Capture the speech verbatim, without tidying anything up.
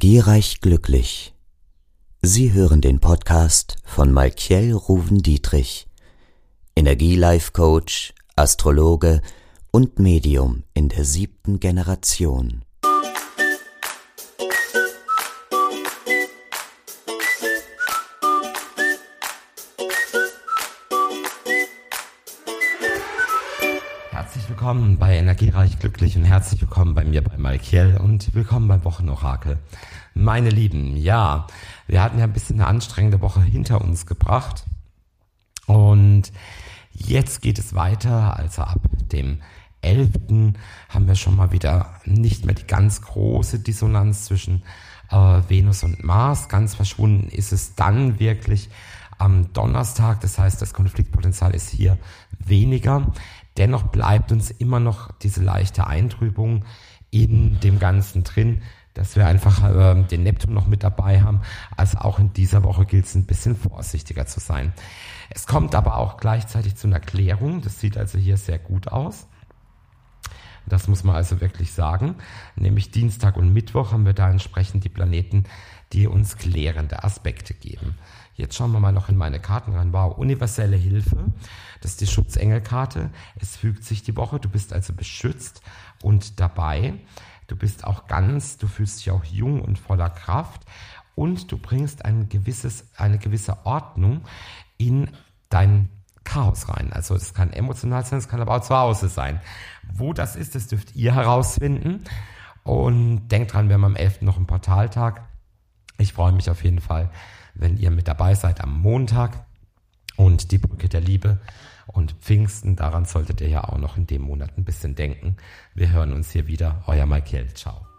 Energiereich glücklich. Sie hören den Podcast von Malkiel Ruven-Dietrich, Energie-Life-Coach, Astrologe und Medium in der siebten Generation. Herzlich willkommen bei Energiereich glücklich und herzlich willkommen bei mir bei Malkiel und willkommen beim Wochenorakel. Meine Lieben, ja, wir hatten ja ein bisschen eine anstrengende Woche hinter uns gebracht und jetzt geht es weiter, also ab dem elften haben wir schon mal wieder nicht mehr die ganz große Dissonanz zwischen äh, Venus und Mars. Ganz verschwunden ist es dann wirklich am Donnerstag, das heißt, das Konfliktpotenzial ist hier weniger. Dennoch bleibt uns immer noch diese leichte Eintrübung in dem Ganzen drin, dass wir einfach äh, den Neptun noch mit dabei haben. Also auch in dieser Woche gilt es ein bisschen vorsichtiger zu sein. Es kommt aber auch gleichzeitig zu einer Klärung. Das sieht also hier sehr gut aus. Das muss man also wirklich sagen. Nämlich Dienstag und Mittwoch haben wir da entsprechend die Planeten, die uns klärende Aspekte geben. Jetzt schauen wir mal noch in meine Karten rein. Wow, universelle Hilfe. Das ist die Schutzengelkarte. Es fügt sich die Woche. Du bist also beschützt und dabei. Du bist auch ganz, du fühlst dich auch jung und voller Kraft. Und du bringst ein gewisses, eine gewisse Ordnung in dein Chaos rein. Also das kann emotional sein, das kann aber auch zu Hause sein. Wo das ist, das dürft ihr herausfinden. Und denkt dran, wir haben am elften noch einen Portaltag. Ich freue mich auf jeden Fall, wenn ihr mit dabei seid am Montag und die Brücke der Liebe und Pfingsten, daran solltet ihr ja auch noch in dem Monat ein bisschen denken. Wir hören uns hier wieder, euer Malkiel, ciao.